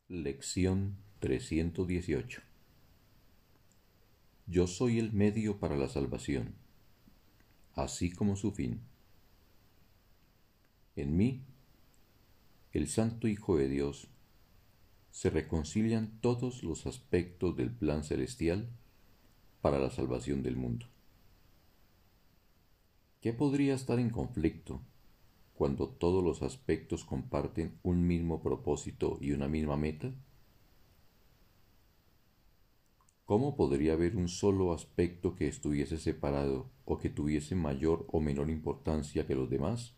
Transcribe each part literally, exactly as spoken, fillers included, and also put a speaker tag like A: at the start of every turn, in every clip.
A: Lección trescientos dieciocho. Yo soy el medio para la salvación, así como su fin. En mí, el Santo Hijo de Dios, se reconcilian todos los aspectos del plan celestial para la salvación del mundo. ¿Qué podría estar en conflicto cuando todos los aspectos comparten un mismo propósito y una misma meta? ¿Cómo podría haber un solo aspecto que estuviese separado o que tuviese mayor o menor importancia que los demás?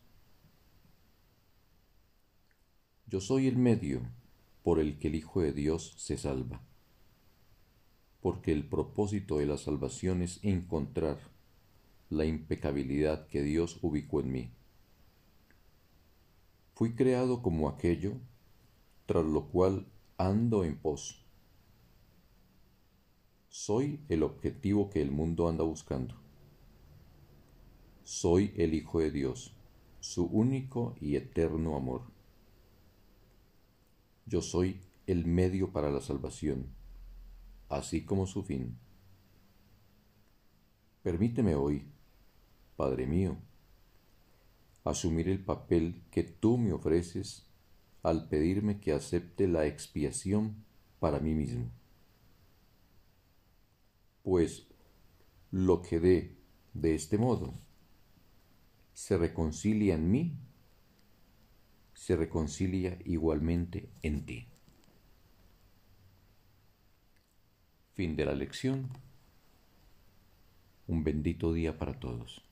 A: Yo soy el medio por el que el Hijo de Dios se salva, porque el propósito de la salvación es encontrar la impecabilidad que Dios ubicó en mí. Fui creado como aquello tras lo cual ando en pos. Soy el objetivo que el mundo anda buscando. Soy el Hijo de Dios, su único y eterno amor. Yo soy el medio para la salvación, así como su fin. Permíteme hoy, Padre mío, asumir el papel que tú me ofreces al pedirme que acepte la expiación para mí mismo. Pues lo que dé de este modo se reconcilia en mí, se reconcilia igualmente en ti. Fin de la lección. Un bendito día para todos.